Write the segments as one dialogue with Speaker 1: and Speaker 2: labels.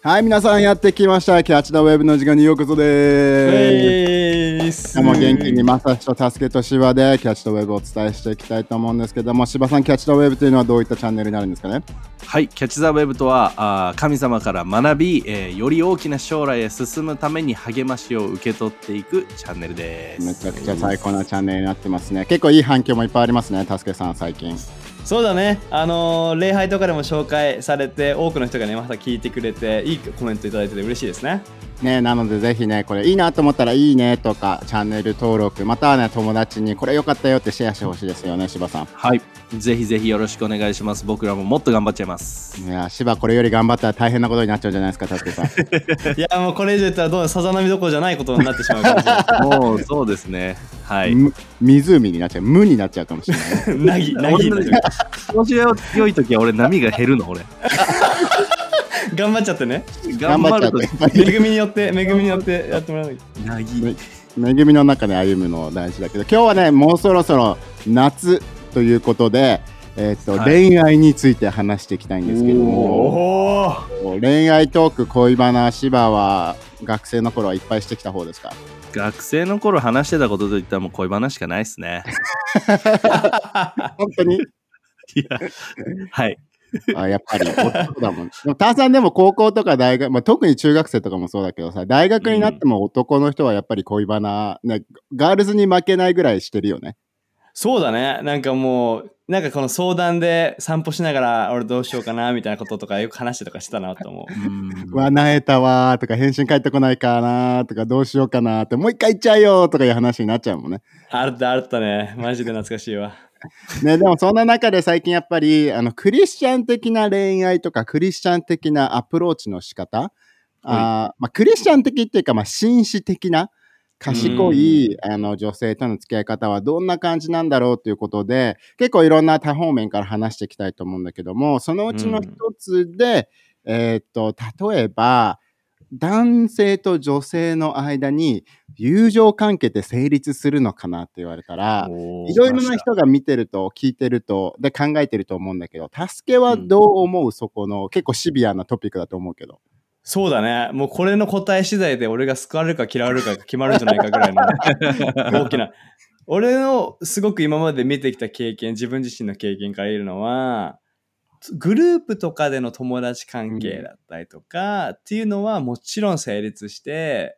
Speaker 1: はい、皆さんやってきました。キャッチ・ザ・ウェブの時間にようこそです。今日も元気にまさしと助けとしばでキャッチ・ザ・ウェブをお伝えしていきたいと思うんですけども、しばさん、キャッチ・ザ・ウェブというのはどういったチャンネルになるんですかね？
Speaker 2: はい、キャッチ・ザ・ウェブとは神様から学び、より大きな将来へ進むために励ましを受け取っていくチャンネルです。
Speaker 1: めちゃくちゃ最高なチャンネルになってますね。結構いい反響もいっぱいありますね、助けさん最近。
Speaker 3: そうだね、礼拝とかでも紹介されて多くの人がねまた聞いてくれていいコメントいただいてて嬉しいですね。
Speaker 1: なのでぜひね、これいいなと思ったらいいねとかチャンネル登録、またはね友達にこれ良かったよってシェアしてほしいですよね、しばさん。
Speaker 2: はい、ぜひぜひよろしくお願いします。僕らももっと頑張っちゃいます。
Speaker 1: いや、しばこれより頑張ったら大変なことになっちゃうんじゃないですか、たすけさん。
Speaker 3: いや、もうこれ以上言ったらどうもさざ波どころじゃないことになってしまうかもしれない。
Speaker 2: もうそうですね。はい。
Speaker 1: 湖になっちゃう、無になっちゃうかもしれない。
Speaker 3: なぎ
Speaker 2: 調子が良い時は俺波が減るの俺。
Speaker 3: 頑張っちゃってね。
Speaker 2: 頑張ると
Speaker 3: 恵みによってやってもらう。
Speaker 1: 恵みの中で歩むの大事だけど、今日はねもうそろそろ夏ということで、恋愛について話していきたいんですけども、恋愛トーク、恋バナ、しばは学生の頃はいっぱいしてきた方ですか？
Speaker 2: 学生の頃話してたことといったらもう恋バナしかないですね。
Speaker 1: 本当に？い
Speaker 2: や、はい。
Speaker 1: やっぱり男だもん。でもターさんでも高校とか大学、特に中学生とかもそうだけどさ、大学になっても男の人はやっぱり恋バナ、ね、ガールズに負けないぐらいしてるよね。
Speaker 3: そうだね。なんかもうなんかこの相談で散歩しながら俺どうしようかなみたいなこととかよく話してとかしたなと思う。
Speaker 1: なえたわーとか返信返ってこないかなとかどうしようかなってもう一回言っちゃうよとかいう話になっちゃうもんね。
Speaker 3: あったね。マジで懐かしいわ。
Speaker 1: ね、でもそんな中で最近やっぱりクリスチャン的な恋愛とかクリスチャン的なアプローチの仕方、クリスチャン的っていうか、紳士的な賢い女性との付き合い方はどんな感じなんだろうということで、結構いろんな多方面から話していきたいと思うんだけども、そのうちの一つで、例えば男性と女性の間に友情関係って成立するのかなって言われたら、いろいろな人が見てると聞いてるとで考えてると思うんだけど、助けはどう思う？そこの結構シビアなトピックだと思うけど。
Speaker 3: そうだね。もうこれの答え次第で俺が救われるか嫌われるか決まるんじゃないかぐらいの大きな。俺のすごく今まで見てきた経験、自分自身の経験から言えるのは、グループとかでの友達関係だったりとか、っていうのはもちろん成立して、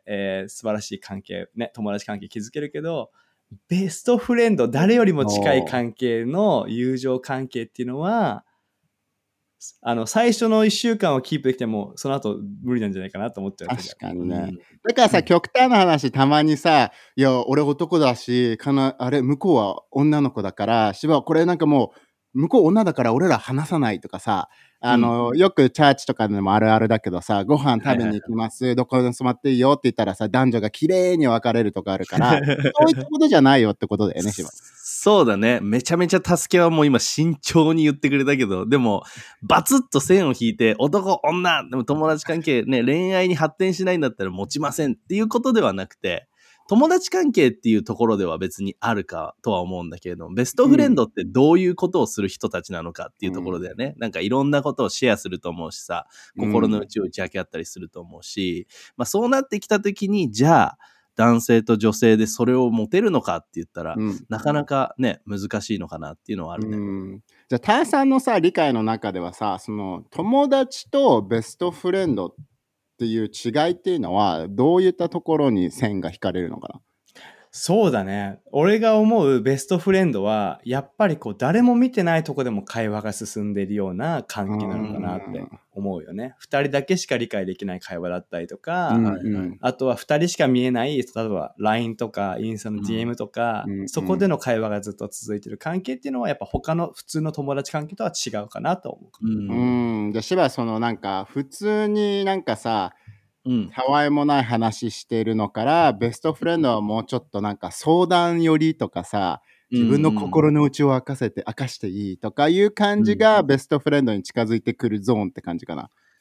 Speaker 3: 素晴らしい関係、ね、友達関係築けるけど、ベストフレンド、誰よりも近い関係の友情関係っていうのは、最初の1週間はキープできてもその後無理なんじゃないかなと思っちゃう。
Speaker 1: 確かにね。だからさ、極端な話、たまにさ、いや俺男だしあれ向こうは女の子だからこれなんかもう向こう女だから俺ら話さないとかさ、よくチャーチとかでもあるあるだけどさ、ご飯食べに行きます、どこで泊まっていいよって言ったらさ、男女が綺麗に分かれるとかあるからそういったことじゃないよってことだよね。
Speaker 2: そうだね。めちゃめちゃ助けはもう今慎重に言ってくれたけど、でもバツッと線を引いて男女でも友達関係ね、恋愛に発展しないんだったら持ちませんっていうことではなくて、友達関係っていうところでは別にあるかとは思うんだけれども、ベストフレンドってどういうことをする人たちなのかっていうところだよね。なんかいろんなことをシェアすると思うしさ、心の内を打ち明け合ったりすると思うし、そうなってきた時に、じゃあ男性と女性でそれを持てるのかって言ったら、なかなかね難しいのかなっていうのはあるね。
Speaker 1: じゃあターさんのさ理解の中ではさ、その友達とベストフレンドっていう違いっていうのはどういったところに線が引かれるのかな？
Speaker 3: そうだね。俺が思うベストフレンドはやっぱりこう誰も見てないとこでも会話が進んでいるような関係なのかなって思うよね。2人だけしか理解できない会話だったりとか、あとは2人しか見えない、例えば LINE とかインスタの DM とか、そこでの会話がずっと続いている関係っていうのはやっぱ他の普通の友達関係とは違うかなと思う。
Speaker 1: じゃあしばそのなんか普通になんかさ、たわいもない話してるのからベストフレンドはもうちょっとなんか相談寄りとかさ、自分の心の内を明かしていいとかいう感じがベストフレンドに近づいてくるゾーンって感じかな。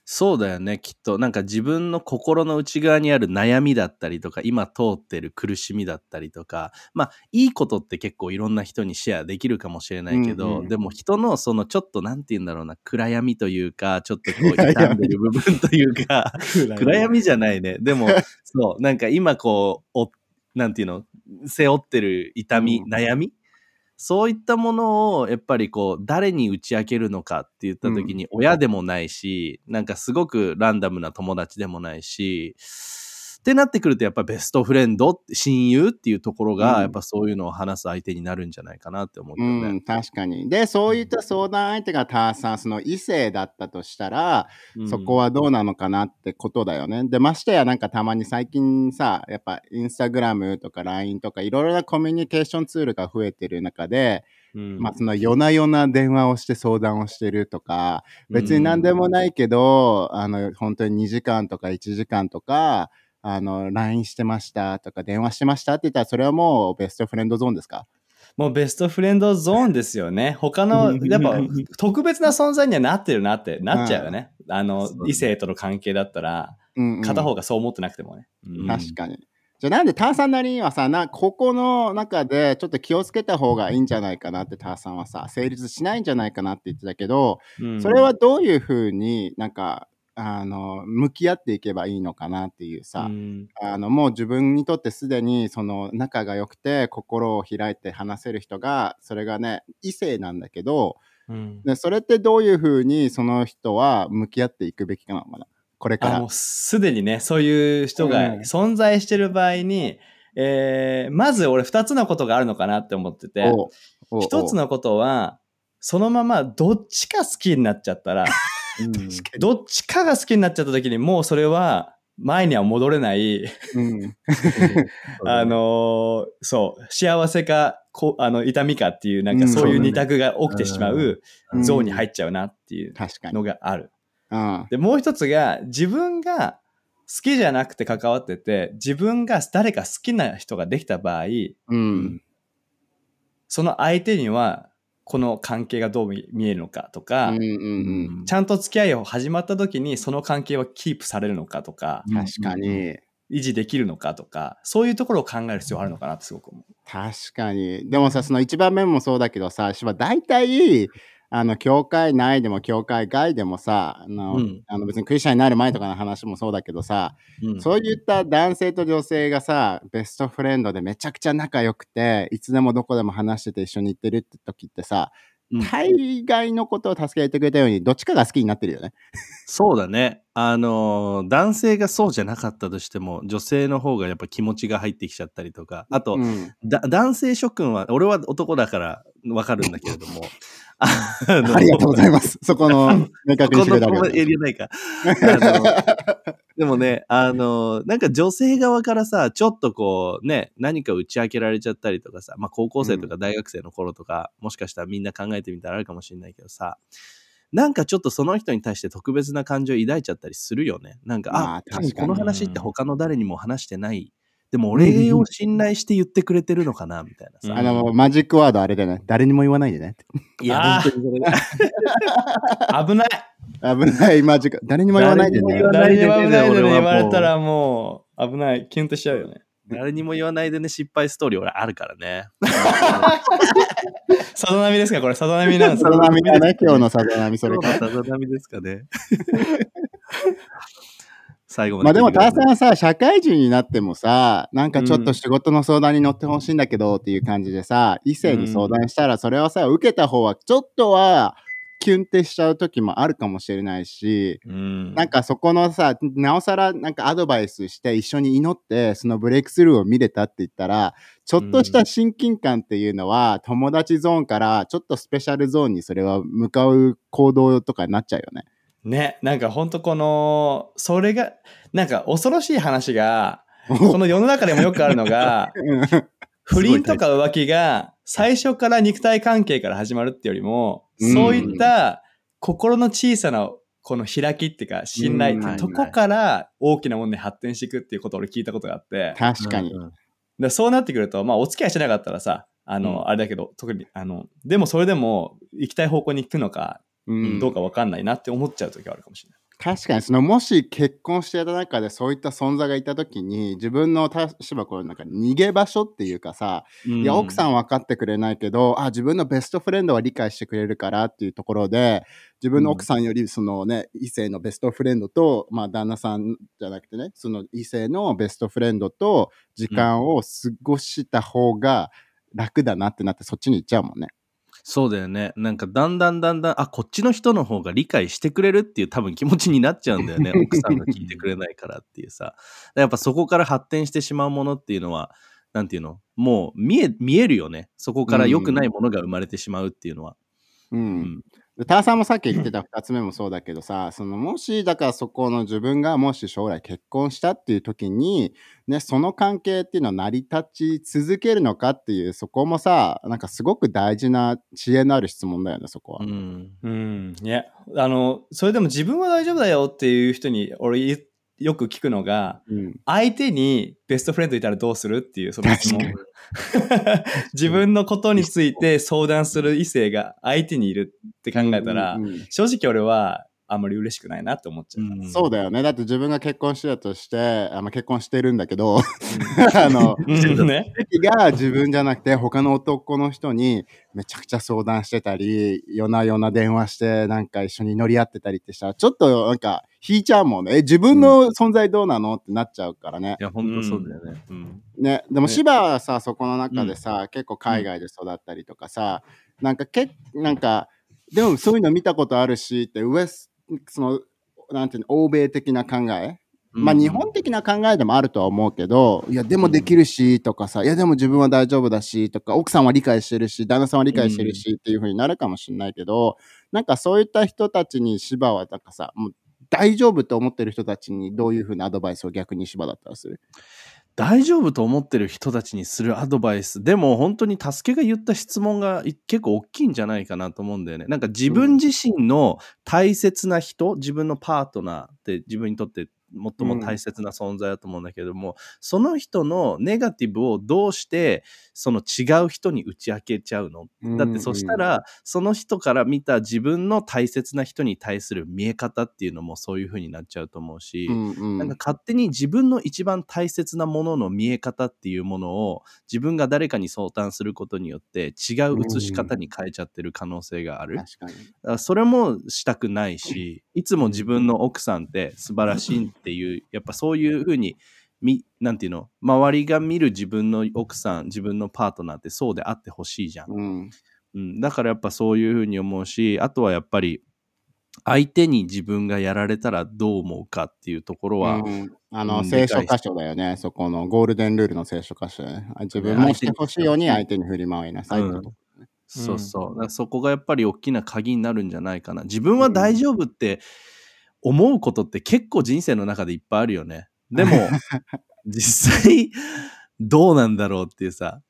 Speaker 2: そうだよね、きっと。なんか自分の心の内側にある悩みだったりとか、今通ってる苦しみだったりとか、まあ、いいことって結構いろんな人にシェアできるかもしれないけど、でも人のそのちょっとなんて言うんだろうな、暗闇というか、ちょっとこう傷んでる部分というか、暗闇じゃないね。でも、そう、なんか今こう、なんていうの、背負ってる痛み、悩みそういったものをやっぱりこう誰に打ち明けるのかって言った時に親でもないし、なんかすごくランダムな友達でもないしってなってくるとやっぱベストフレンド親友っていうところがやっぱそういうのを話す相手になるんじゃないかなって思うけどね。
Speaker 1: 確かに。で、そういった相談相手がターさん、その異性だったとしたら、そこはどうなのかなってことだよね。で、ましてやなんかたまに最近さ、やっぱインスタグラムとか LINE とかいろいろなコミュニケーションツールが増えてる中で、まあその夜な夜な電話をして相談をしてるとか、別に何でもないけど、本当に2時間とか1時間とか、LINE してましたとか電話してましたって言ったら、それはもうベストフレンドゾーンですか？
Speaker 3: もうベストフレンドゾーンですよね。他の、やっぱ特別な存在にはなってるなってなっちゃうよね。異性との関係だったら、片方がそう思ってなくてもね。
Speaker 1: 確かに。じゃあなんでターさんなりにはさ、ここの中でちょっと気をつけた方がいいんじゃないかなってターさんはさ、成立しないんじゃないかなって言ってたけど、それはどういうふうになんか、向き合っていけばいいのかなっていうさ、もう自分にとってすでにその仲が良くて心を開いて話せる人が、それがね、異性なんだけど、でそれってどういうふうにその人は向き合っていくべきかなのかな、これから。
Speaker 3: もうすでにね、そういう人が存在してる場合に、まず俺2つのことがあるのかなって思ってて、1つのことは、そのままどっちか好きになっちゃったら、どっちかが好きになっちゃった時にもうそれは前には戻れない、そう、幸せか痛みかっていうなんかそういう二択が起きてしまうゾーンに入っちゃうなっていうのがある。で、もう一つが自分が好きじゃなくて関わってて、自分が誰か好きな人ができた場合、その相手にはこの関係がどう見えるのかとか、ちゃんと付き合いを始まった時にその関係はキープされるのかとか、
Speaker 1: 確かに
Speaker 3: 維持できるのかとか、そういうところを考える必要あるのかなってすごく思う。
Speaker 1: 確かに。でもさ、その一番目もそうだけどさ、大体教会内でも教会外でもさ、別にクリスチャンになる前とかの話もそうだけどさ、そういった男性と女性がさ、ベストフレンドでめちゃくちゃ仲良くて、いつでもどこでも話してて一緒に行ってるって時ってさ、大概のことを助けてくれたように、どっちかが好きになってるよね。
Speaker 2: そうだね。男性がそうじゃなかったとしても、女性の方がやっぱ気持ちが入ってきちゃったりとか、あと、男性諸君は、俺は男だからわかるんだけれども、
Speaker 1: ありがとうございます。そこの明確にしてくれたわけ
Speaker 2: エリアないか。でもね、なんか女性側からさ、ちょっとこうね、何か打ち明けられちゃったりとかさ、まあ高校生とか大学生の頃とか、もしかしたらみんな考えてみたらあるかもしれないけどさ、なんかちょっとその人に対して特別な感情を抱いちゃったりするよね。なんか、多分この話って他の誰にも話してない。でも俺を信頼して言ってくれてるのかなみたいなさ。
Speaker 1: マジックワードあれだね。誰にも言わないでね。
Speaker 2: いや、本当にそれ
Speaker 3: 危ない
Speaker 1: 危ないマジック。誰にも言わないでね。
Speaker 3: 誰にも言わないでね言われたらもう危ない。キュンとしちゃうよね。
Speaker 2: 誰にも言わないでね、失敗ストーリー俺あるからね。
Speaker 3: さざ波ですかこれ、さざ波なんですか？
Speaker 1: さざ波だね、今日のさざ波、それか。
Speaker 2: さざ波ですかね。最後まで。
Speaker 1: まあでも、ターさんはさ、社会人になってもさ、なんかちょっと仕事の相談に乗ってほしいんだけどっていう感じでさ、異性に相談したら、それはさ、受けた方はちょっとは、キュンってしちゃう時もあるかもしれないし、なんかそこのさ、なおさらなんかアドバイスして一緒に祈ってそのブレイクスルーを見れたって言ったら、ちょっとした親近感っていうのは友達ゾーンからちょっとスペシャルゾーンにそれは向かう行動とかになっちゃうよね。
Speaker 3: ね、なんかほんとそれが、なんか恐ろしい話が、この世の中でもよくあるのが、不倫とか浮気が最初から肉体関係から始まるってよりも、そういった心の小さなこの開きっていうか信頼ってとこから大きなものに発展していくっていうことを俺聞いたことがあって。
Speaker 1: 確かに。
Speaker 3: でそうなってくると、まあお付き合いしてなかったらさ、あれだけど、特に、でもそれでも行きたい方向に行くのか、どうか分かんないなって思っちゃう時があるかもしれない。
Speaker 1: 確かにもし結婚していた中でそういった存在がいた時に自分の立場これなんか逃げ場所っていうかさ、いや奥さん分かってくれないけど自分のベストフレンドは理解してくれるからっていうところで自分の奥さんより異性のベストフレンドと、旦那さんじゃなくてね、その異性のベストフレンドと時間を過ごした方が楽だなってなってそっちに行っちゃうもんね。
Speaker 2: そうだよね。なんかだんだんこっちの人の方が理解してくれるっていう多分気持ちになっちゃうんだよね。奥さんが聞いてくれないからっていうさ。やっぱそこから発展してしまうものっていうのは、なんていうの、もう見えるよね。そこから良くないものが生まれてしまうっていうのは。
Speaker 1: でターさんもさっき言ってた2つ目もそうだけどさ、もしだからそこの自分がもし将来結婚したっていう時に、ね、その関係っていうのは成り立ち続けるのかっていう、そこもさ、なんかすごく大事な知恵のある質問だよね、そこは。
Speaker 3: いや、それでも自分は大丈夫だよっていう人に俺よく聞くのが、相手にベストフレンドいたらどうするっていうその質問。自分のことについて相談する異性が相手にいるって考えたら、正直俺はあんまり嬉しくないなって思っちゃう。
Speaker 1: そうだよね。だって自分が結婚してたとして、結婚してるんだけど、敵が自分じゃなくて他の男の人にめちゃくちゃ相談してたり、夜な夜な電話してなんか一緒に乗り合ってたりってしたら、ちょっとなんか引いちゃうもんね。自分の存在どうなのってなっちゃうからね。
Speaker 2: いや、ほんとそうだよね。
Speaker 1: ね、でも芝はさ、そこの中でさ、結構海外で育ったりとかさ、なんかでもそういうの見たことあるしって、なんていうの、欧米的な考え、日本的な考えでもあるとは思うけど、いやでもできるしとかさ、いやでも自分は大丈夫だしとか、奥さんは理解してるし旦那さんは理解してるしっていう風になるかもしれないけど、なんかそういった人たちに芝はなんかさ、もう大丈夫と思ってる人たちにどういう風なアドバイスを逆に芝だったらする？
Speaker 2: 大丈夫と思ってる人たちにするアドバイス。でも本当に助けが言った質問が結構大きいんじゃないかなと思うんだよね。なんか自分自身の大切な人、自分のパートナーって自分にとって最も大切な存在だと思うんだけども、その人のネガティブをどうしてその違う人に打ち明けちゃうの？だってそしたらその人から見た自分の大切な人に対する見え方っていうのもそういう風になっちゃうと思うし、なんか勝手に自分の一番大切なものの見え方っていうものを自分が誰かに相談することによって違う映し方に変えちゃってる可能性がある。
Speaker 1: 確かに。
Speaker 2: だからそれもしたくないし、いつも自分の奥さんって素晴らしいっていう、やっぱそういう風になんていうの、周りが見る自分の奥さん、自分のパートナーってそうであってほしいじゃん。だからやっぱそういう風に思うし、あとはやっぱり相手に自分がやられたらどう思うかっていうところは、
Speaker 1: 聖書箇所だよね。そこのゴールデンルールの聖書箇所だよね。自分もしてほしいように相手に振り回りなさいってとこ。
Speaker 2: そうそう。だからそこがやっぱり大きな鍵になるんじゃないかな。自分は大丈夫って思うことって結構人生の中でいっぱいあるよね。でも、実際どうなんだろうっていうさ。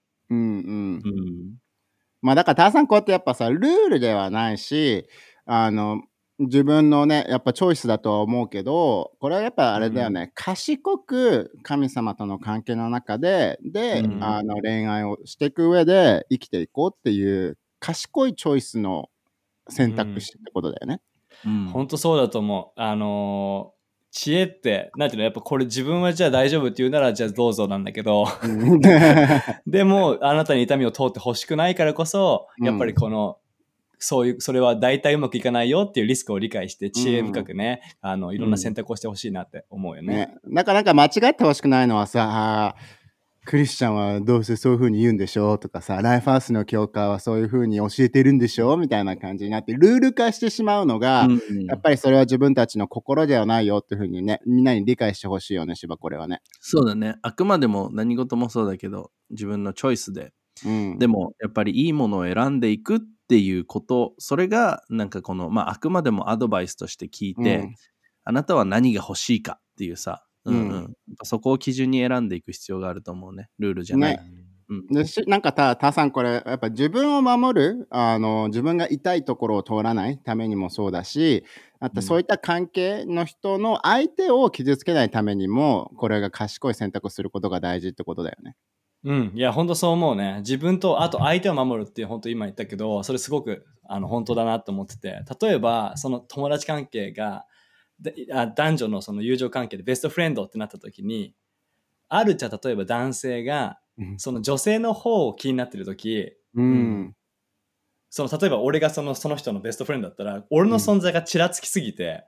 Speaker 1: だからターさんこうやってやっぱさ、ルールではないし、自分のね、やっぱチョイスだとは思うけど、これはやっぱあれだよね、賢く神様との関係の中で、恋愛をしていく上で生きていこうっていう賢いチョイスの選択肢ってことだよね。
Speaker 3: 本当そうだと思う。知恵って、なんていうの、やっぱこれ自分はじゃあ大丈夫って言うなら、じゃあどうぞなんだけど、でも、あなたに痛みを通ってほしくないからこそ、やっぱりそれは大体うまくいかないよっていうリスクを理解して、知恵深くね、いろんな選択をしてほしいなって思うよね。
Speaker 1: なんか間違ってほしくないのはさ、クリスチャンはどうせそういう風に言うんでしょとかさ、ライフハウスの教会はそういう風に教えてるんでしょみたいな感じになって、ルール化してしまうのが、やっぱりそれは自分たちの心ではないよっていう風にね、みんなに理解してほしいよね、芝、これはね。
Speaker 2: そうだね。あくまでも何事もそうだけど、自分のチョイスで。でも、やっぱりいいものを選んでいくっていうこと、それが、なんかあくまでもアドバイスとして聞いて、あなたは何が欲しいかっていうさ、そこを基準に選んでいく必要があると思うね。ルールじゃない。
Speaker 1: なんかタさんこれやっぱ自分を守る自分が痛いところを通らないためにもそうだし、あとそういった関係の人の相手を傷つけないためにもこれが賢い選択をすることが大事ってことだよね。
Speaker 3: いや本当そう思うね。自分とあと相手を守るって本当今言ったけど、それすごく本当だなと思ってて、例えばその友達関係が男女のその友情関係でベストフレンドってなった時に、あるじゃ例えば男性がその女性の方を気になってる時、その例えば俺がその人のベストフレンドだったら、俺の存在がちらつきすぎて、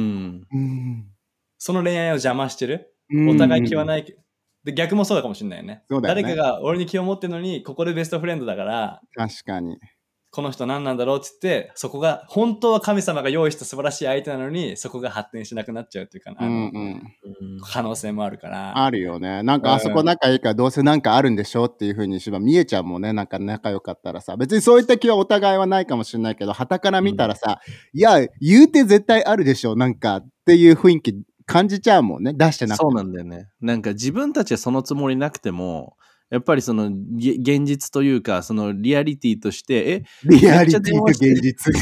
Speaker 3: その恋愛を邪魔してる。お互い気はないけど、で逆もそうだかもしれないよね。誰かが俺に気を持ってるのに、ここでベストフレンドだから、
Speaker 1: 確かに。
Speaker 3: この人何なんだろうって言って、そこが本当は神様が用意した素晴らしい相手なのに、そこが発展しなくなっちゃうっていうかな、可能性もあるから。
Speaker 1: あるよね。なんかあそこ仲いいからどうせなんかあるんでしょっていう風にしば見えちゃうもんね。なんか仲良かったらさ、別にそういった気はお互いはないかもしれないけど、傍から見たらさ、いや言うて絶対あるでしょなんかっていう雰囲気感じちゃうもんね。出してなくても。
Speaker 2: そうなんだよね。なんか自分たちはそのつもりなくても、やっぱりその現実というか、そのリアリティとして、
Speaker 1: リアリティと現実。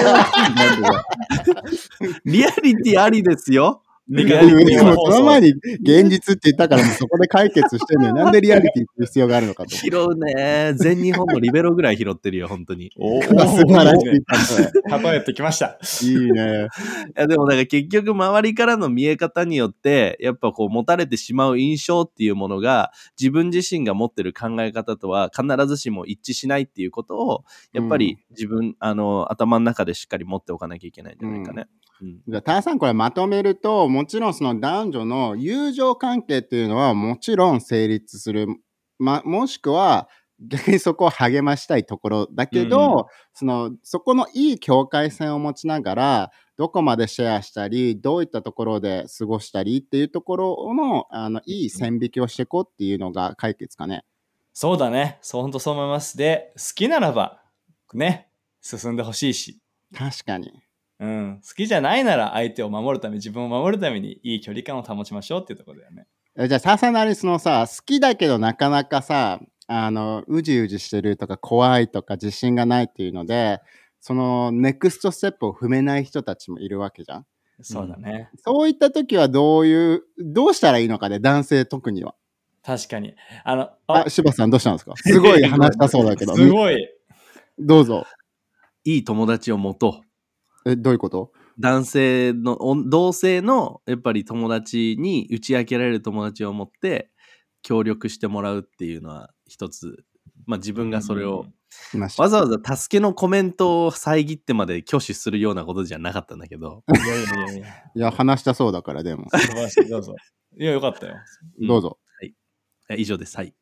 Speaker 2: リアリティありですよ。
Speaker 1: でもその前に現実って言ったからもうそこで解決してんのよ。なんでリアリティって必要があるのかと。
Speaker 2: 拾うね。全日本のリベロぐらい拾ってるよ、本当に。
Speaker 3: 素晴らしい。例えてきました。
Speaker 1: いいね。
Speaker 2: いやでもなんか結局周りからの見え方によって、やっぱこう持たれてしまう印象っていうものが、自分自身が持ってる考え方とは必ずしも一致しないっていうことを、やっぱり自分、頭の中でしっかり持っておかなきゃいけないんじゃないかね。
Speaker 1: じゃあ、ターさんこれまとめると、もちろんその男女の友情関係っていうのはもちろん成立する。もしくは逆にそこを励ましたいところだけど、そこのいい境界線を持ちながら、どこまでシェアしたり、どういったところで過ごしたりっていうところの、いい線引きをしていこうっていうのが解決かね。
Speaker 3: そうだね。本当そう思います。で、好きならば、ね、進んでほしいし。
Speaker 1: 確かに。
Speaker 3: 好きじゃないなら相手を守るため、自分を守るためにいい距離感を保ちましょうっていうところだよね。
Speaker 1: じゃあ、ささなり好きだけどなかなかさ、うじうじしてるとか怖いとか自信がないっていうので、そのネクストステップを踏めない人たちもいるわけじゃん。
Speaker 3: そうだね。
Speaker 1: そういった時はどうしたらいいのかね、男性特には。
Speaker 3: 確かに。
Speaker 1: 柴さんどうしたんですか？すごい話したそうだけど。
Speaker 3: すごい。
Speaker 1: どうぞ。
Speaker 2: いい友達を持と
Speaker 1: う。どういうこと？
Speaker 2: 同性のやっぱり友達に打ち明けられる友達を持って協力してもらうっていうのは一つ、自分がそれをわざわざ助けのコメントを遮ってまで挙手するようなことじゃなかったんだけど。
Speaker 1: いや話したそうだからでも。
Speaker 3: 素晴らしい、どうぞ。いやよかったよ。
Speaker 1: どうぞ。
Speaker 2: はい。以上です。はい。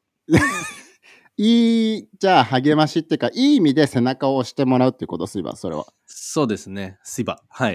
Speaker 1: じゃあ励ましっていうか、いい意味で背中を押してもらうっていうこと、スイバ、それは。
Speaker 2: そうですね。スイバ。はい。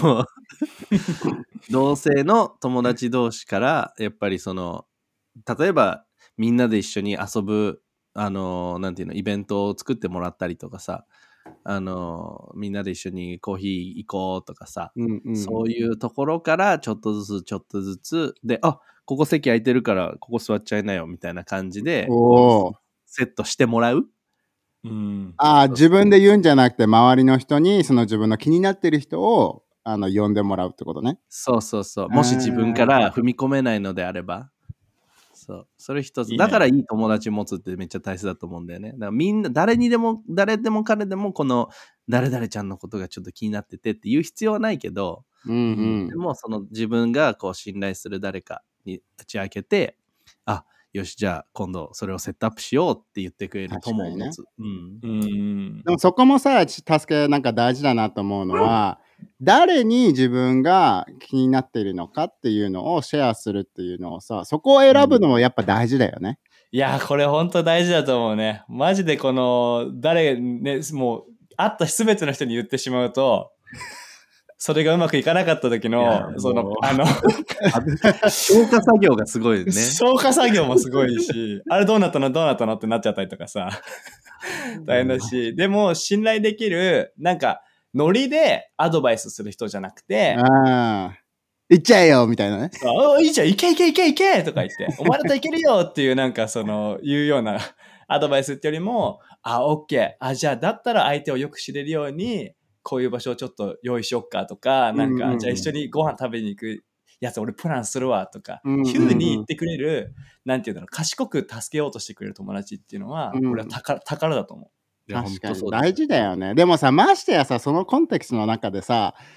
Speaker 2: 同性の友達同士から、やっぱり例えばみんなで一緒に遊ぶ、なんていうの、イベントを作ってもらったりとかさ、みんなで一緒にコーヒー行こうとかさ、そういうところからちょっとずつで、ここ席空いてるからここ座っちゃいなよみたいな感じでセットしてもらう。
Speaker 1: 自分で言うんじゃなくて周りの人にその自分の気になってる人を呼んでもらうってことね。
Speaker 2: そう。もし自分から踏み込めないのであれば。それ一つ。だからいい友達持つってめっちゃ大切だと思うんだよね。だからみんな、誰でも彼でもこの誰々ちゃんのことがちょっと気になっててっていう必要はないけど、でも自分がこう信頼する誰かに打ち明けて、よし、じゃあ今度それをセットアップしようって言ってくれる友を持つ。
Speaker 1: でもそこもさ、助けなんか大事だなと思うのは、誰に自分が気になっているのかっていうのをシェアするっていうのをさ、そこを選ぶのもやっぱ大事だよね。
Speaker 3: いや、これ本当大事だと思うね。マジでこの、もう、会った全ての人に言ってしまうと、それがうまくいかなかった時の、
Speaker 2: 消化作業がすごいね。
Speaker 3: 消化作業もすごいし、あれどうなったのってなっちゃったりとかさ、大変だし、でも信頼できる、なんか、ノリでアドバイスする人じゃなくて、
Speaker 1: 行っちゃえよみたいなね。
Speaker 3: いいじゃん、行けとか言って、お前だといけるよっていうなんかいうようなアドバイスってよりも、オッケー。じゃあだったら相手をよく知れるように、こういう場所をちょっと用意しよっかとか、なんか、じゃあ一緒にご飯食べに行くやつ俺プランするわとか、急に言ってくれる、なんていうの、賢く助けようとしてくれる友達っていうのは、俺は宝だと思う。
Speaker 1: 確かに大事だよね。でもさ、ましてやさ、そのコンテクストの中でさ、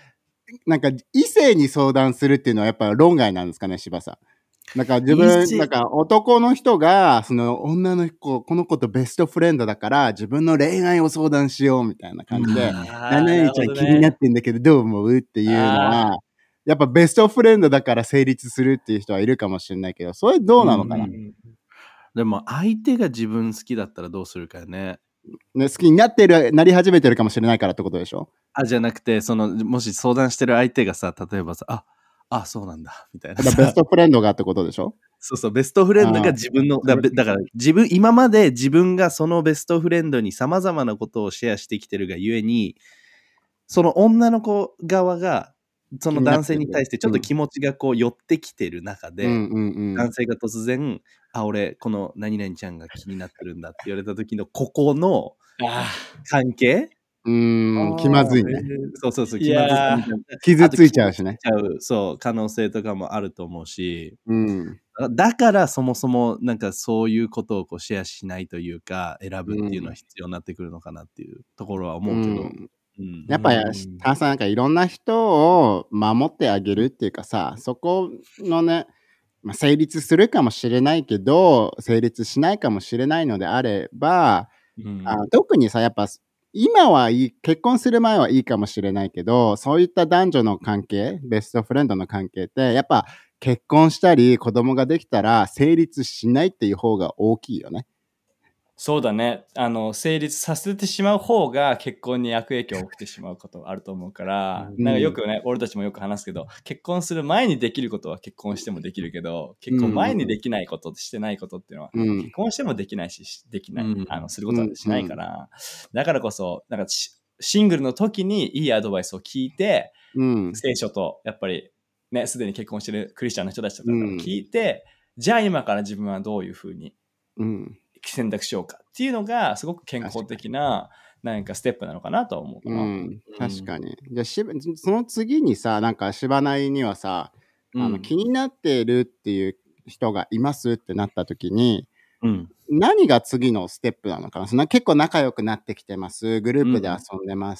Speaker 1: なんか異性に相談するっていうのはやっぱ論外なんですかね、柴さん。なんか自
Speaker 2: 異
Speaker 1: 分、
Speaker 2: 性
Speaker 1: なんか男の人が、その女の子、この子とベストフレンドだから自分の恋愛を相談しようみたいな感じで、何々ちゃん気になってんだけどどう思うっていうのは、やっぱベストフレンドだから成立するっていう人はいるかもしれないけど、それどうなのかな、
Speaker 2: でも相手が自分好きだったらどうするかよね。
Speaker 1: ね、好きになり始めてるかもしれないからってことでしょ？
Speaker 2: じゃなくて、もし相談してる相手がさ、例えばさ、そうなんだ、みたいなさ。
Speaker 1: ベストフレンドがってことでしょ？
Speaker 2: そうそう、ベストフレンドが自分の、だから今まで自分がそのベストフレンドに様々なことをシェアしてきてるがゆえに、その女の子側が、その男性に対してちょっと気持ちがこう寄ってきてる中で、男性が突然、俺、この何々ちゃんが気になってるんだって言われた時のここの関係、
Speaker 1: 気まずいね。
Speaker 2: そう、気まずさみたいな。
Speaker 1: 傷ついちゃうしね。
Speaker 2: そう、可能性とかもあると思うし、だからそもそもなんかそういうことをこうシェアしないというか、選ぶっていうのは必要になってくるのかなっていうところは思うけど。
Speaker 1: やっぱり、タンさんなんかいろんな人を守ってあげるっていうかさ、そこのね、成立するかもしれないけど、成立しないかもしれないのであれば、特にさ、やっぱ今はいい、結婚する前はいいかもしれないけど、そういった男女の関係、ベストフレンドの関係って、やっぱ結婚したり子供ができたら成立しないっていう方が大きいよね。
Speaker 3: そうだね。成立させてしまう方が結婚に悪影響を起きてしまうことがあると思うから、なんかよくね、俺たちもよく話すけど、結婚する前にできることは結婚してもできるけど、結婚前にできないこと、してないことっていうのは、結婚してもできないし、できない、することはしないから、だからこそ、なんかシングルの時にいいアドバイスを聞いて、聖書とやっぱりね、すでに結婚してるクリスチャンの人たちとかから聞いて、じゃあ今から自分はどういうふうに、選択しようかっていうのがすごく健康的ななんかステップなのかなと思うかな。
Speaker 1: 確かに。じゃあその次にさ、なんかしばないにはさ、気になってるっていう人がいますってなった時に、何が次のステップなのかな。結構仲良くなってきてます。グループで遊んでます。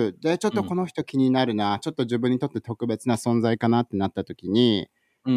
Speaker 1: で、ちょっとこの人気になるな。ちょっと自分にとって特別な存在かなってなった時に、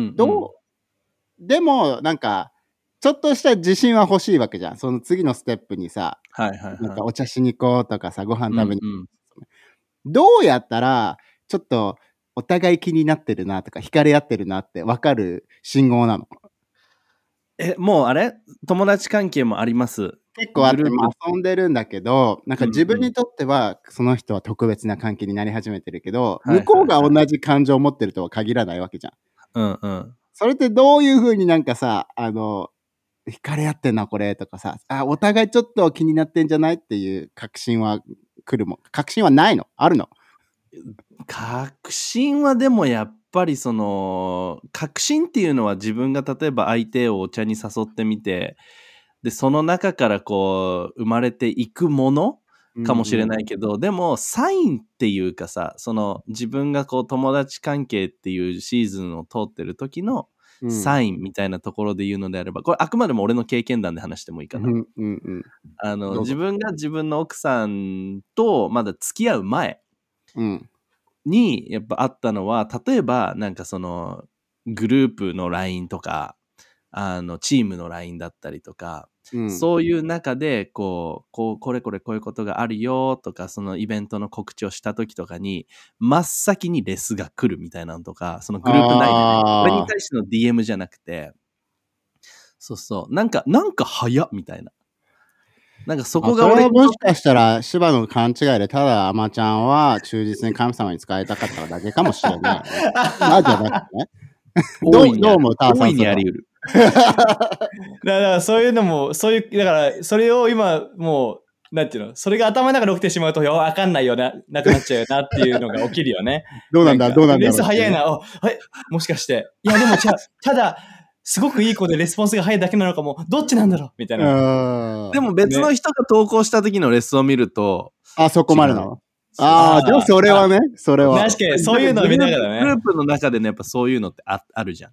Speaker 1: でもなんか、ちょっとした自信は欲しいわけじゃん。その次のステップにさ、なんかお茶しに行こうとかさ、ご飯食べに行こう。どうやったら、ちょっとお互い気になってるなとか、惹かれ合ってるなって分かる信号なの？
Speaker 2: もうあれ？友達関係もあります。
Speaker 1: 結構あって、遊んでるんだけど、なんか自分にとっては、その人は特別な関係になり始めてるけど、向こうが同じ感情を持ってるとは限らないわけじゃん。それってどういう風になんかさ、惹かれ合ってんなこれとかさ、お互いちょっと気になってんじゃないっていう確信は来るもん。確信はないの？あるの？
Speaker 2: 確信はでもやっぱり確信っていうのは自分が例えば相手をお茶に誘ってみて、でその中からこう生まれていくものかもしれないけど、でもサインっていうかさ、自分がこう友達関係っていうシーズンを通ってる時のサインみたいなところで言うのであれば、これあくまでも俺の経験談で話してもいいかな。自分が自分の奥さんとまだ付き合う前にやっぱあったのは、例えばなんかグループの LINE とかチームの LINE だったりとか、そういう中でこれこういうことがあるよとか、そのイベントの告知をした時とかに真っ先にレスが来るみたいなのとか、そのグループ内でね、これに対しての DM じゃなくて、なんか早っみたいな。なんかそこが
Speaker 1: それはもしかしたら芝の勘違いで、ただアマちゃんは忠実に神様に使いたかっただけかもしれない、ね。まじゃなくてね。どうもターさん。
Speaker 2: 大いにあり得る。
Speaker 3: だからそういうのも、だからそれを今もう、なんていうの、それが頭の中で起きてしまうと、わかんないよなくなっちゃうよなっていうのが起きるよね。
Speaker 1: どうなんだ。レ
Speaker 3: ース早いな。もしかして。いやでもただ、すごくいい子でレスポンスが早いだけなのかも、どっちなんだろうみたいな。
Speaker 2: でも別の人が投稿した時のレスを見ると、
Speaker 1: そこまでなの？でもそれはね、それは。
Speaker 3: 確かに、そういうのを見ながらね。
Speaker 2: グループの中でね、やっぱそういうのってあるじゃん。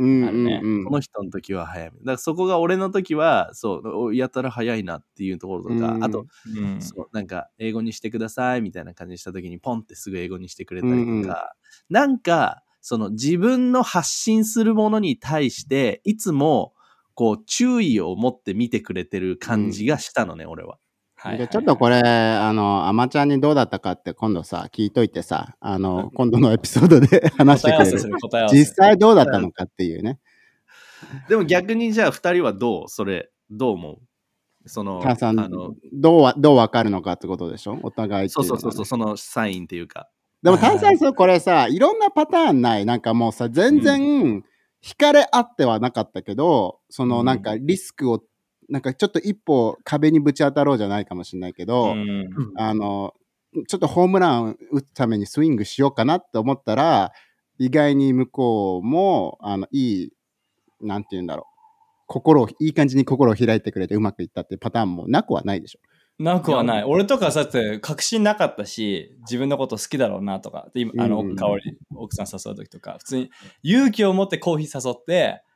Speaker 1: うん
Speaker 3: あるね
Speaker 1: うん
Speaker 2: この人の時は早め。だからそこが俺の時は、そう、やたら早いなっていうところとか、あと、
Speaker 3: うん。
Speaker 2: そう、なんか、英語にしてくださいみたいな感じにした時に、ポンってすぐ英語にしてくれ
Speaker 1: うん
Speaker 2: たりとか、なんか、その自分の発信するものに対して、いつも、こう、注意を持って見てくれてる感じがしたのね、俺は。
Speaker 3: はいはいはい
Speaker 1: じゃあちょっとこれ、アマちゃんにどうだったかって今度さ、聞いといてさ、今度のエピソードで話してくれる。
Speaker 3: 答え合わせ。
Speaker 1: 実際どうだったのかっていうね。
Speaker 2: でも逆にじゃあ二人はどう思うその、
Speaker 1: ターさん、どうわかるのかってことでしょお互いって
Speaker 2: そう
Speaker 1: いうのがね
Speaker 2: そうそうそう、そのサインっていうか。
Speaker 1: でもターさん、これさ、いろんなパターンない。なんかもうさ、全然、惹かれ合ってはなかったけど、そのなんかリスクを、なんかちょっと一歩壁にぶち当たろうじゃないかもしれないけど、ちょっとホームラン打つためにスイングしようかなって思ったら、意外に向こうも、いい、なんて言うんだろう。いい感じに心を開いてくれてうまくいったっていうパターンもなくはないでしょ。
Speaker 3: なくはない。俺とかさって確信なかったし、自分のこと好きだろうなとか、で今奥さん誘う時とか、普通に勇気を持ってコーヒー誘って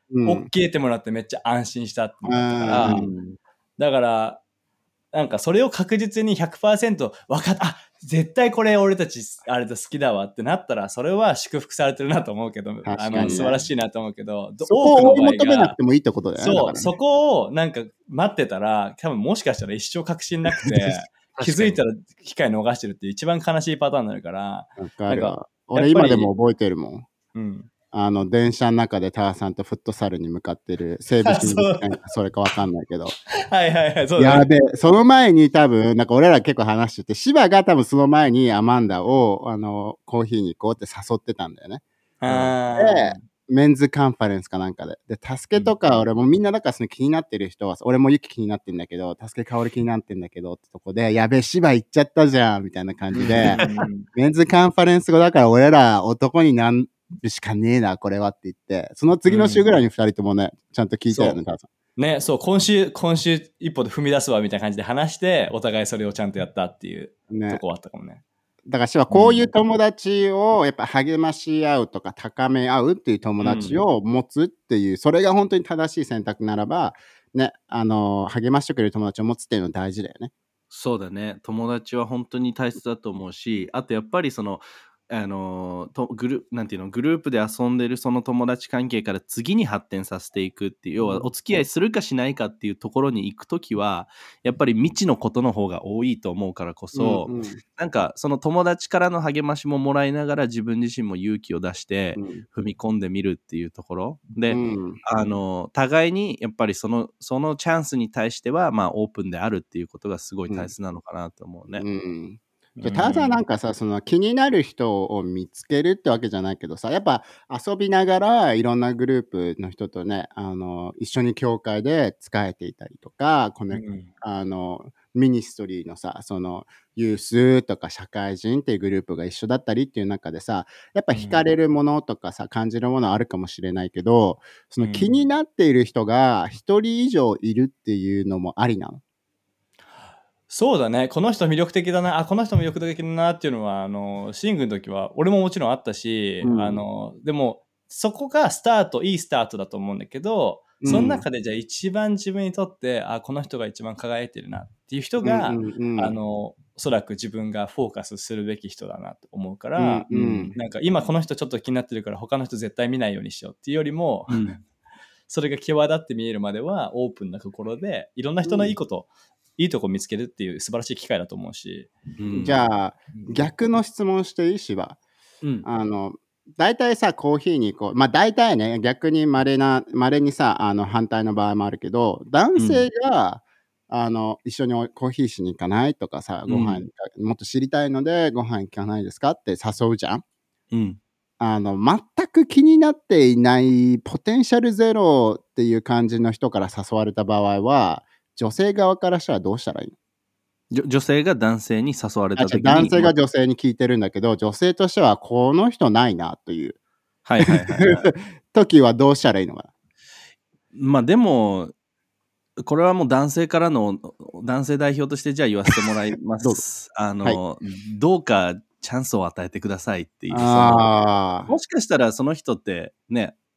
Speaker 3: 、OK ってもらってめっちゃ安心したって思ったから、だから、なんかそれを確実に 100% 分かった。絶対これ俺たちあれと好きだわってなったら、それは祝福されてるなと思うけど、素晴らしいなと思うけど、
Speaker 1: そこを追い求めなくてもいいってことだよね。
Speaker 3: そう、そこをなんか待ってたら、多分もしかしたら一生確信なくて、気づいたら機会逃してるっていう一番悲しいパターンになるから、
Speaker 1: なんか俺今でも覚えてるもん。電車の中でターさんとフットサルに向かってる西武新宿線かそれかわかんないけど。
Speaker 3: はいはいはい、そう
Speaker 1: だね。やべえ、その前に多分、なんか俺ら結構話してて、芝が多分その前にアマンダを、コーヒーに行こうって誘ってたんだよね。で、メンズカンファレンスかなんかで。で、助けとか俺もみんなだからその気になってる人は、俺もユキ気になってんだけど、助け香り気になってんだけどってとこで、やべえ、芝行っちゃったじゃんみたいな感じで、メンズカンファレンス後だから俺ら男になんしかねえな、これはって言って、その次の週ぐらいに二人ともね、ちゃんと聞いたよね、ターさん。
Speaker 3: ね、そう、今週一歩で踏み出すわみたいな感じで話して、お互いそれをちゃんとやったっていうとこはあったかもね。
Speaker 1: だからこういう友達をやっぱ励まし合うとか高め合うっていう友達を持つっていう、それが本当に正しい選択ならば、ね、励ましてくれる友達を持つっていうのは大事だよね。
Speaker 2: そうだね。友達は本当に大切だと思うし、あとやっぱりその、なんていうの、グループで遊んでるその友達関係から次に発展させていくっていう、要はお付き合いするかしないかっていうところに行くときは、やっぱり未知のことの方が多いと思うからこそ、なんかその友達からの励ましももらいながら自分自身も勇気を出して踏み込んでみるっていうところで、互いにやっぱりそのチャンスに対してはまあオープンであるっていうことがすごい大切なのかなと思うね。
Speaker 1: ターさんなんかさ、その気になる人を見つけるってわけじゃないけどさ、やっぱ遊びながらいろんなグループの人とね、一緒に教会で仕えていたりとか、ミニストリーのさ、そのユースとか社会人っていうグループが一緒だったりっていう中でさ、やっぱ惹かれるものとかさ、感じるものあるかもしれないけど、その気になっている人が一人以上いるっていうのもありなの？
Speaker 3: そうだね。この人魅力的だな。この人魅力的だなっていうのは、シングの時は、俺ももちろんあったし、でも、そこがいいスタートだと思うんだけど、その中でじゃあ一番自分にとって、この人が一番輝いてるなっていう人が、おそらく自分がフォーカスするべき人だなと思うから、なんか今この人ちょっと気になってるから他の人絶対見ないようにしようっていうよりも、それが際立って見えるまではオープンな心で、いろんな人のいいとこ見つけるっていう素晴らしい機会だと思うし。
Speaker 1: じゃあ、逆の質問していい？芝。大体さ、コーヒーに行こう。まあ大体ね、逆に稀にさ、反対の場合もあるけど、男性が、一緒にコーヒーしに行かないとかさ、ご飯、もっと知りたいのでご飯行かないですかって誘うじゃん。全く気になっていないポテンシャルゼロっていう感じの人から誘われた場合は、女性側からしたらどうしたらいいの？
Speaker 2: 女性が男性に誘われた時に、
Speaker 1: 男性が女性に聞いてるんだけど、女性としてはこの人ないなという時はどうしたらいいのかな。
Speaker 2: まあでもこれはもう男性からの男性代表としてじゃあ言わせてもらいます。どうかチャンスを与えてくださいっていう。もしかしたらその人ってね、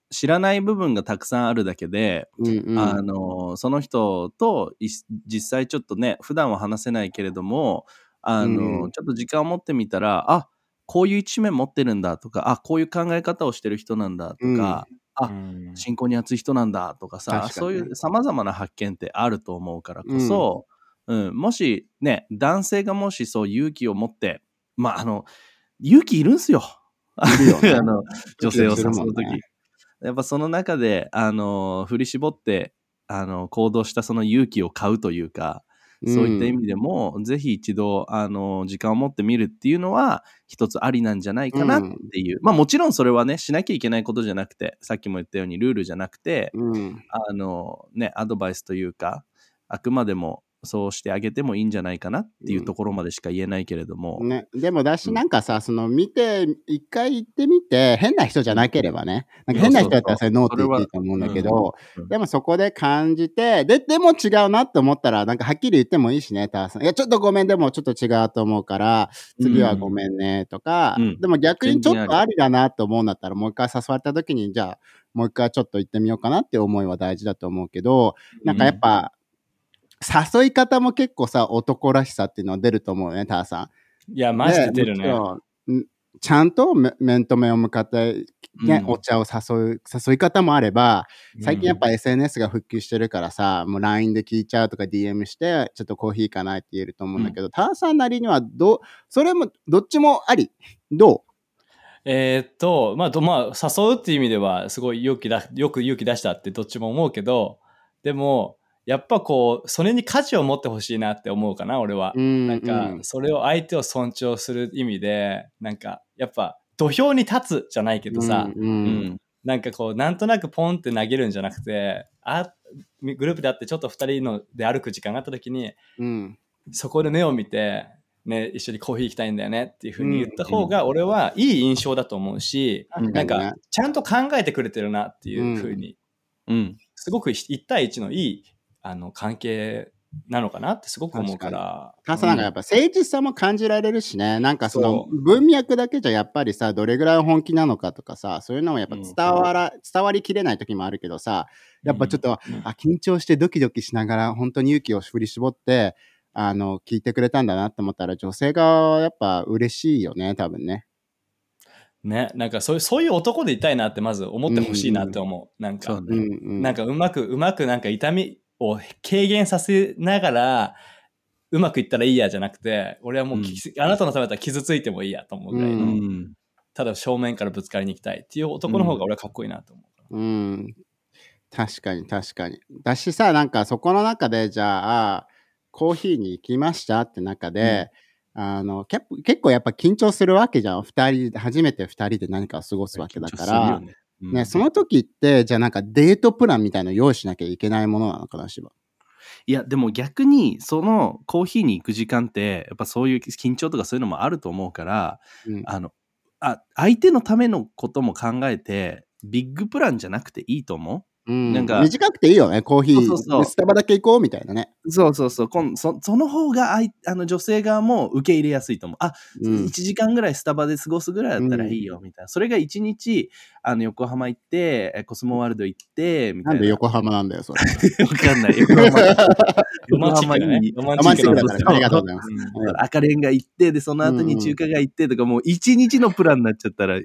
Speaker 2: 知らない部分がたくさんあるだけで、その人と実際ちょっとね、普段は話せないけれども、ちょっと時間を持ってみたら、あ、こういう一面持ってるんだとか、あ、こういう考え方をしてる人なんだとか、あ、信仰に熱い人なんだとかさ、そういう様々な発見ってあると思うからこそ、もしね、男性がもしそう勇気を持って、勇気いるんすよ。女性を誘うとき。やっぱその中で、振り絞って、行動したその勇気を買うというか、そういった意味でも、ぜひ一度、時間を持ってみるっていうのは、一つありなんじゃないかなっていう。もちろんそれはね、しなきゃいけないことじゃなくて、さっきも言ったようにルールじゃなくて、アドバイスというか、あくまでもそうしてあげてもいいんじゃないかなっていうところまでしか言えないけれども。
Speaker 1: ね、でもだし、なんかさ、一回行ってみて、変な人じゃなければね、なんか変な人だったらそれノーって言っていいと思うんだけど、でもそこで感じて、でも違うなって思ったら、なんかはっきり言ってもいいしね、ターさん。いや、ちょっとごめん、でもちょっと違うと思うから、次はごめんね、とか、でも逆にちょっとありだなと思うんだったら、もう一回誘われた時に、じゃあ、もう一回ちょっと行ってみようかなって思いは大事だと思うけど、なんかやっぱ、誘い方も結構さ、男らしさっていうのは出ると思うね、ターさん。
Speaker 3: いや、マジで出るね。
Speaker 1: ちゃんと面と面を向かって、ね、お茶を誘い方もあれば、最近やっぱ SNS が復旧してるからさ、もう LINE で聞いちゃうとか DM して、ちょっとコーヒーかないって言えると思うんだけど、ターさんなりにはそれもどっちもありどう？
Speaker 3: 誘うっていう意味では、すごいよく勇気出したってどっちも思うけど、でも、やっぱこう、それに価値を持ってほしいなって思うかな、俺は。なんか、それを相手を尊重する意味で、なんか、やっぱ、土俵に立つじゃないけどさ、なんかこう、なんとなくポンって投げるんじゃなくて、グループであってちょっと二人で歩く時間があった時に、そこで目を見て、ね、一緒にコーヒー行きたいんだよねっていう風に言った方が俺はいい印象だと思うし、なんかちゃんと考えてくれてるなっていう風に、すごく1対1のいい関係なのかなってすごく思うから。
Speaker 1: なんかやっぱ誠実さも感じられるしね、なんかその文脈だけじゃやっぱりさ、どれぐらい本気なのかとかさ、そういうのもやっぱ伝わりきれない時もあるけどさ、やっぱちょっと、緊張してドキドキしながら本当に勇気を振り絞って、聞いてくれたんだなって思ったら、女性がやっぱ嬉しいよね、多分ね。
Speaker 3: ね、なんかそういう男でいたいなってまず思ってほしいなって思う。なんか、なんかうまくなんか痛みを軽減させながら、うまくいったらいいやじゃなくて、俺はもう、あなたのためだったら傷ついてもいいやと思うぐらいの、ただ正面からぶつかりに行きたいっていう男の方が俺はかっこいいなと思う。
Speaker 1: 確かに確かに。だしさ、なんかそこの中で、じゃあ、コーヒーに行きましたって中で、結構やっぱ緊張するわけじゃん。初めて二人で何かを過ごすわけだから、ね、その時って、じゃあなんかデートプランみたいなの用意しなきゃいけないものなのかな、しば。
Speaker 2: いや、でも逆に、そのコーヒーに行く時間って、やっぱそういう緊張とかそういうのもあると思うから、相手のためのことも考えて、ビッグプランじゃなくていいと思う。
Speaker 1: なんか短くていいよね、コーヒー。スタバだけ行こうみたいなね。
Speaker 2: その方が女性側も受け入れやすいと思う。1時間ぐらいスタバで過ごすぐらいだったらいいよ、みたいな。それが1日、横浜行って、コスモワールド行って、みたいな。
Speaker 1: なんで横浜なんだよ、それ。
Speaker 2: わかんない。
Speaker 3: ロマンチックだね。
Speaker 1: ロマンチックだから、ありがとうございます。
Speaker 2: 赤レンガ行って、で、その後に中華街行って、とか、もう1日のプランになっちゃったら、って。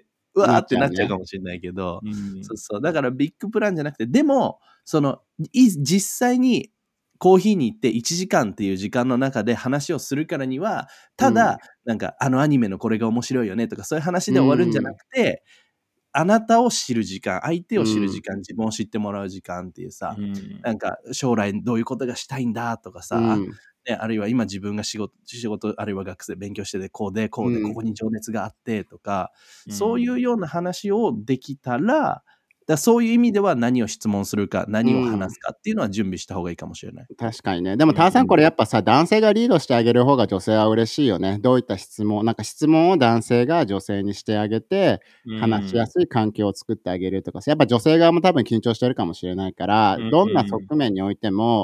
Speaker 2: うわーってなっちゃうかもしれないけど、だからビッグプランじゃなくて、でも、実際にコーヒーに行って1時間っていう時間の中で話をするからには、ただ、なんかアニメのこれが面白いよねとか、そういう話で終わるんじゃなくて、あなたを知る時間、相手を知る時間、自分を知ってもらう時間っていうさ、なんか将来どういうことがしたいんだとかさ、ね、あるいは今自分が仕事、あるいは学生勉強してて、こうで、ここに情熱があってとか、そういうような話をできたら、そういう意味では何を質問するか、何を話すかっていうのは準備した方がいいかもしれない。
Speaker 1: 確かにね。でも、ターさんこれやっぱさ、男性がリードしてあげる方が女性は嬉しいよね。どういった質問を男性が女性にしてあげて、話しやすい環境を作ってあげるとかさ、やっぱ女性側も多分緊張してるかもしれないから、どんな側面においても、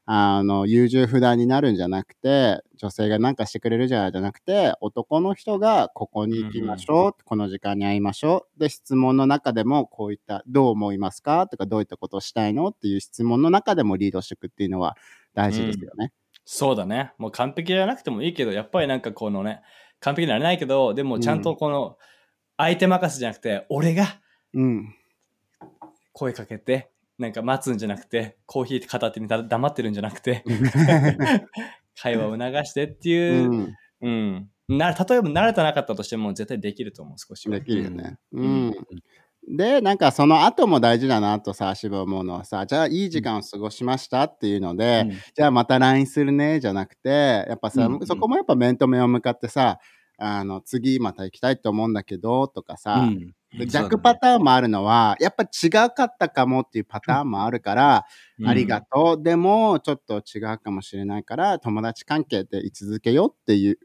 Speaker 1: 優柔不断になるんじゃなくて、女性がなんかしてくれるじゃなくて、男の人がここに行きましょう、この時間に会いましょう。で、質問の中でもこういった、どう思いますかとか、どういったことをしたいのっていう質問の中でもリードしていくっていうのは大事ですよね。
Speaker 3: そうだね。もう完璧じゃなくてもいいけど、やっぱりなんかこのね、完璧になれないけど、でもちゃんとこの、相手任せじゃなくて、俺が声かけて、なんか待つんじゃなくて、コーヒー片手に黙ってるんじゃなくて、会話を促してっていう、例えば慣れてなかったとしても絶対できると思う、少しは。
Speaker 1: できるよね。で、なんかその後も大事だなとさ、しば思うのはさ、じゃあいい時間を過ごしましたっていうので、じゃあまた LINE するね、じゃなくて、やっぱさ、そこもやっぱ面と面を向かってさ、次また行きたいと思うんだけど、とかさ、逆パターンもあるのは、やっぱ違かったかもっていうパターンもあるから、ありがとう。でも、ちょっと違うかもしれないから、友達関係で居続けようっていう、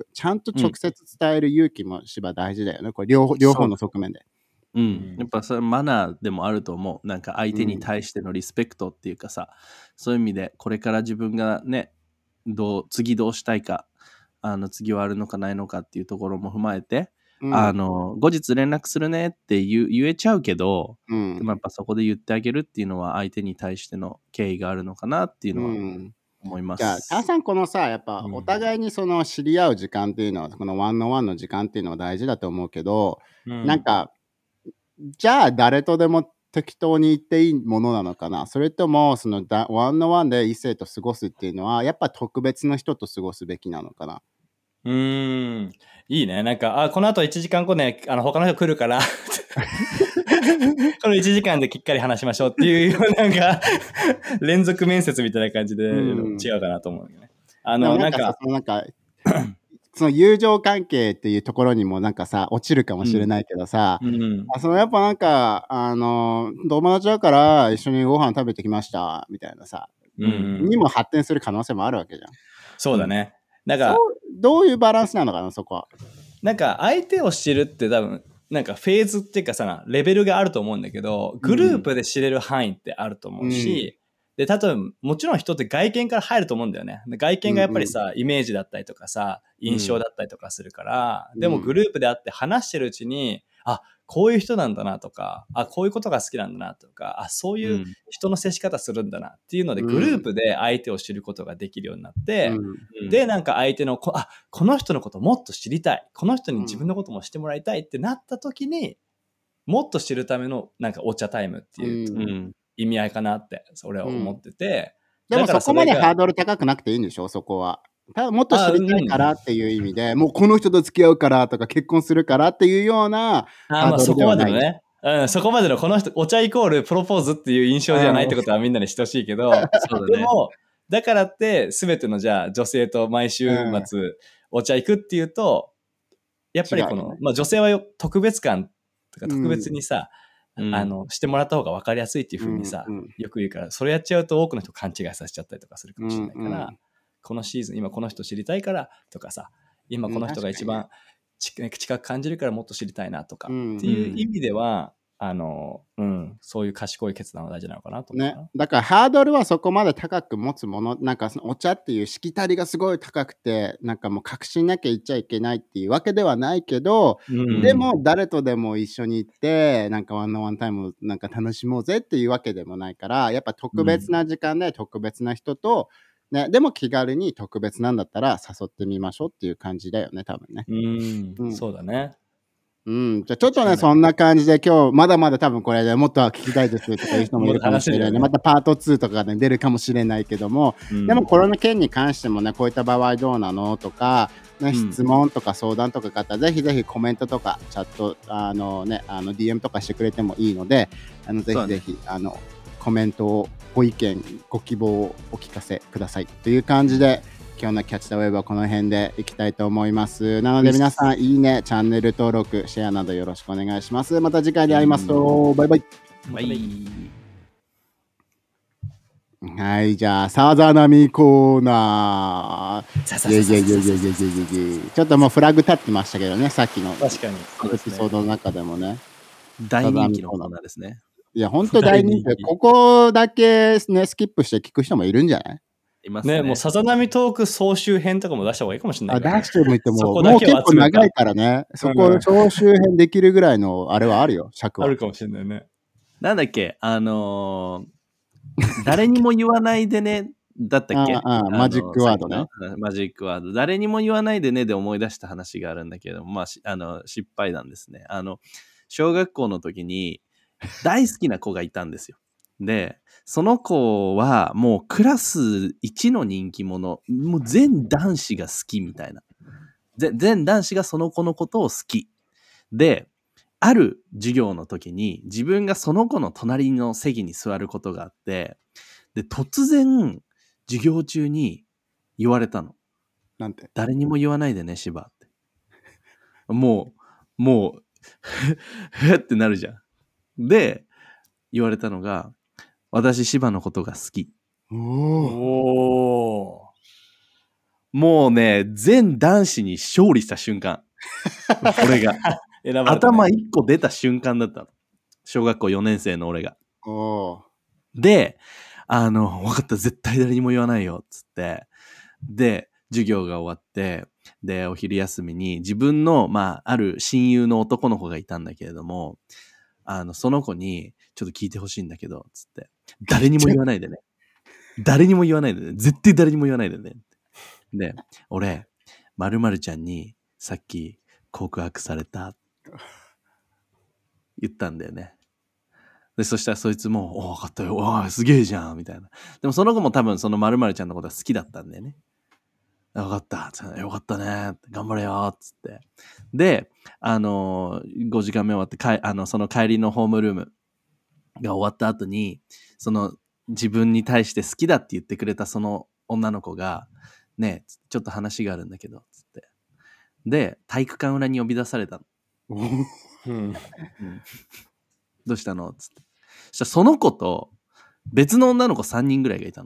Speaker 1: ちゃんと直接伝える勇気もしば大事だよね。これ両方の側面で。
Speaker 2: やっぱそれマナーでもあると思う。なんか相手に対してのリスペクトっていうかさ、そういう意味でこれから自分がね、次どうしたいか、次はあるのかないのかっていうところも踏まえて、後日連絡するねって言えちゃうけど、でもやっぱそこで言ってあげるっていうのは相手に対しての敬意があるのかなっていうのは思います。
Speaker 1: じゃあ、母さんこのさ、やっぱお互いにその知り合う時間っていうのは、このワンオンワンの時間っていうのは大事だと思うけど、なんか、じゃあ誰とでも適当に言っていいものなのかな、それともそのワンオンワンで異性と過ごすっていうのはやっぱ特別な人と過ごすべきなのかな。
Speaker 3: いいね。なんか、この後1時間後ね、他の人来るからこの1時間できっかり話しましょうっていうような、なんか連続面接みたいな感じで違うかなと思うよね。
Speaker 1: その友情関係っていうところにもなんかさ、落ちるかもしれないけどさ、やっぱなんか、友達だから一緒にご飯食べてきました、みたいなさ、にも発展する可能性もあるわけじゃん。
Speaker 3: そうだね。なんか、
Speaker 1: どういうバランスなのかな、そこは。
Speaker 3: なんか、相手を知るって多分、なんかフェーズっていうかさ、レベルがあると思うんだけど、グループで知れる範囲ってあると思うし、で、例えば、もちろん人って外見から入ると思うんだよね。外見がやっぱりさ、イメージだったりとかさ、印象だったりとかするから、でもグループで会って話してるうちに、こういう人なんだなとか、こういうことが好きなんだなとか、そういう人の接し方するんだなっていうので、グループで相手を知ることができるようになって、で、なんか相手のこの人のこともっと知りたい。この人に自分のこともしてもらいたいってなった時に、もっと知るためのなんかお茶タイムっていう意味合いかなって、俺は思ってて。
Speaker 1: でもそこまでハードル高くなくていいんでしょ、そこは。ただもっと知りたいからっていう意味で、もうこの人と付き合うからとか結婚するからっていうようなハードルではない。
Speaker 3: そこまでのね。そこまでのこの人、お茶イコールプロポーズっていう印象じゃないってことはみんなにしてほしいけど、でも、だからって全てのじゃあ女性と毎週末お茶行くっていうと、やっぱりこの、女性は特別感とか特別にさ、してもらった方が分かりやすいっていう風にさ、よく言うから、それやっちゃうと多くの人勘違いさせちゃったりとかするかもしれないから、このシーズン今この人知りたいからとかさ、今この人が一番近く感じるからもっと知りたいなとかっていう意味では、そういう賢い決断は大事なのかなと思う
Speaker 1: ね。だからハードルはそこまで高く持つもの、なんかそのお茶っていうしきたりがすごい高くて、なんかもう確信なきゃ言っちゃいけないっていうわけではないけど、でも誰とでも一緒に行って、なんかワンオンワンタイムなんか楽しもうぜっていうわけでもないから、やっぱ特別な時間で特別な人と、ね、でも気軽に特別なんだったら誘ってみましょうっていう感じだよね、多分ね。
Speaker 3: そうだね。
Speaker 1: じゃあちょっとね、そんな感じで今日、まだまだ多分これでもっと聞きたいですとかいう人もいるかもしれないね。またパート2とかで出るかもしれないけども、でもこれの件に関してもね、こういった場合どうなのとか、ね、質問とか相談とかがあったら、ぜひぜひコメントとかチャット、DM とかしてくれてもいいので、ぜひぜひ、コメントを、ご意見、ご希望をお聞かせくださいという感じで、今日のキャッチザウェブはこの辺でいきたいと思います。なので皆さん、いいね、チャンネル登録、シェアなどよろしくお願いします。また次回で会いますと、バイバイ。はい、じゃあ、さざ波コーナー。ちょっともうフラグ立ってましたけどね、さっきのエピソードの中でもね。
Speaker 2: 大人気のコーナーですね。
Speaker 1: いや、本当大人気。ここだけね、スキップして聞く人もいるんじゃない？
Speaker 2: いますね。
Speaker 3: ね、もうさざ波トーク総集編とかも出した方がいいかもしれないからね、
Speaker 1: 出してもいっても、
Speaker 3: そこ
Speaker 1: もう
Speaker 3: だけを集めた
Speaker 1: 結構長いからね。そこ総集編できるぐらいのあれはあるよ、尺は。
Speaker 3: あるかもしれないね。
Speaker 2: なんだっけ誰にも言わないでね、だったっけ
Speaker 1: マジックワードね。
Speaker 2: マジックワード。誰にも言わないでねで思い出した話があるんだけど、まあ、失敗談ですね。小学校の時に大好きな子がいたんですよ。で、その子はもうクラス一の人気者、もう全男子が好きみたいな。全男子がその子のことを好き。で、ある授業の時に自分がその子の隣の席に座ることがあって、で、突然授業中に言われたの。
Speaker 1: なんて。
Speaker 2: 誰にも言わないでね、芝って。もう、へってなるじゃん。で、言われたのが、私芝のことが好き。
Speaker 3: お
Speaker 2: もうね、全男子に勝利した瞬間。俺が。
Speaker 3: 選ばれたね
Speaker 2: 頭一個出た瞬間だったの。小学校4年生の俺が。で、分かった、絶対誰にも言わないよ、つって。で、授業が終わって、で、お昼休みに自分の、ある親友の男の子がいたんだけれども、その子に、ちょっと聞いてほしいんだけど、つって。誰にも言わないでね。誰にも言わないでね。絶対誰にも言わないでね。で、俺、〇〇ちゃんにさっき告白された。言ったんだよね。で、そしたらそいつも、分かったよ。すげえじゃん。みたいな。でもその子も多分その〇〇ちゃんのことは好きだったんだよね。分かった。よかったね。頑張れよ。つって。で、5時間目終わってその帰りのホームルームが終わった後に、その自分に対して好きだって言ってくれたその女の子が、ね、ちょっと話があるんだけど、つって。で、体育館裏に呼び出されたの。どうしたのつって。そしたらその子と別の女の子3人ぐらいがいたの。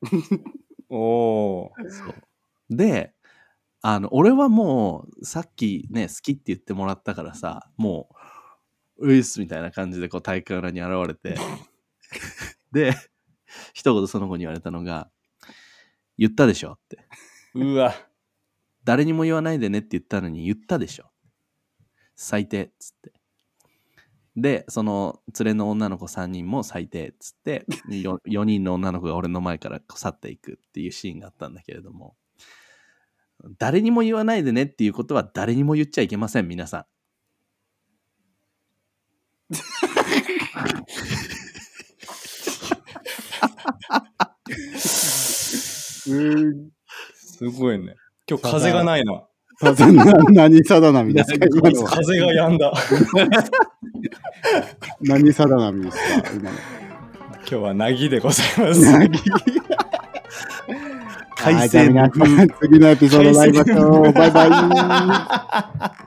Speaker 2: そう。で、俺はもうさっきね、好きって言ってもらったからさ、もう、ういっすみたいな感じでこう体育館裏に現れて、で、一言その子に言われたのが、言ったでしょって。
Speaker 3: うわ。
Speaker 2: 誰にも言わないでねって言ったのに言ったでしょ。最低っつって。で、その連れの女の子3人も最低っつって 4人の女の子が俺の前から去っていくっていうシーンがあったんだけれども、誰にも言わないでねっていうことは誰にも言っちゃいけません、皆さん。
Speaker 3: すごいね。今日風がないな。
Speaker 1: 何さだ波ですか今のは。
Speaker 3: 風が止んだ。
Speaker 1: 何さだ波ですか今の。
Speaker 3: 今日はなぎでございます。
Speaker 1: はい、じゃあ皆さん次のエピソードに会いましょう。バイバイ。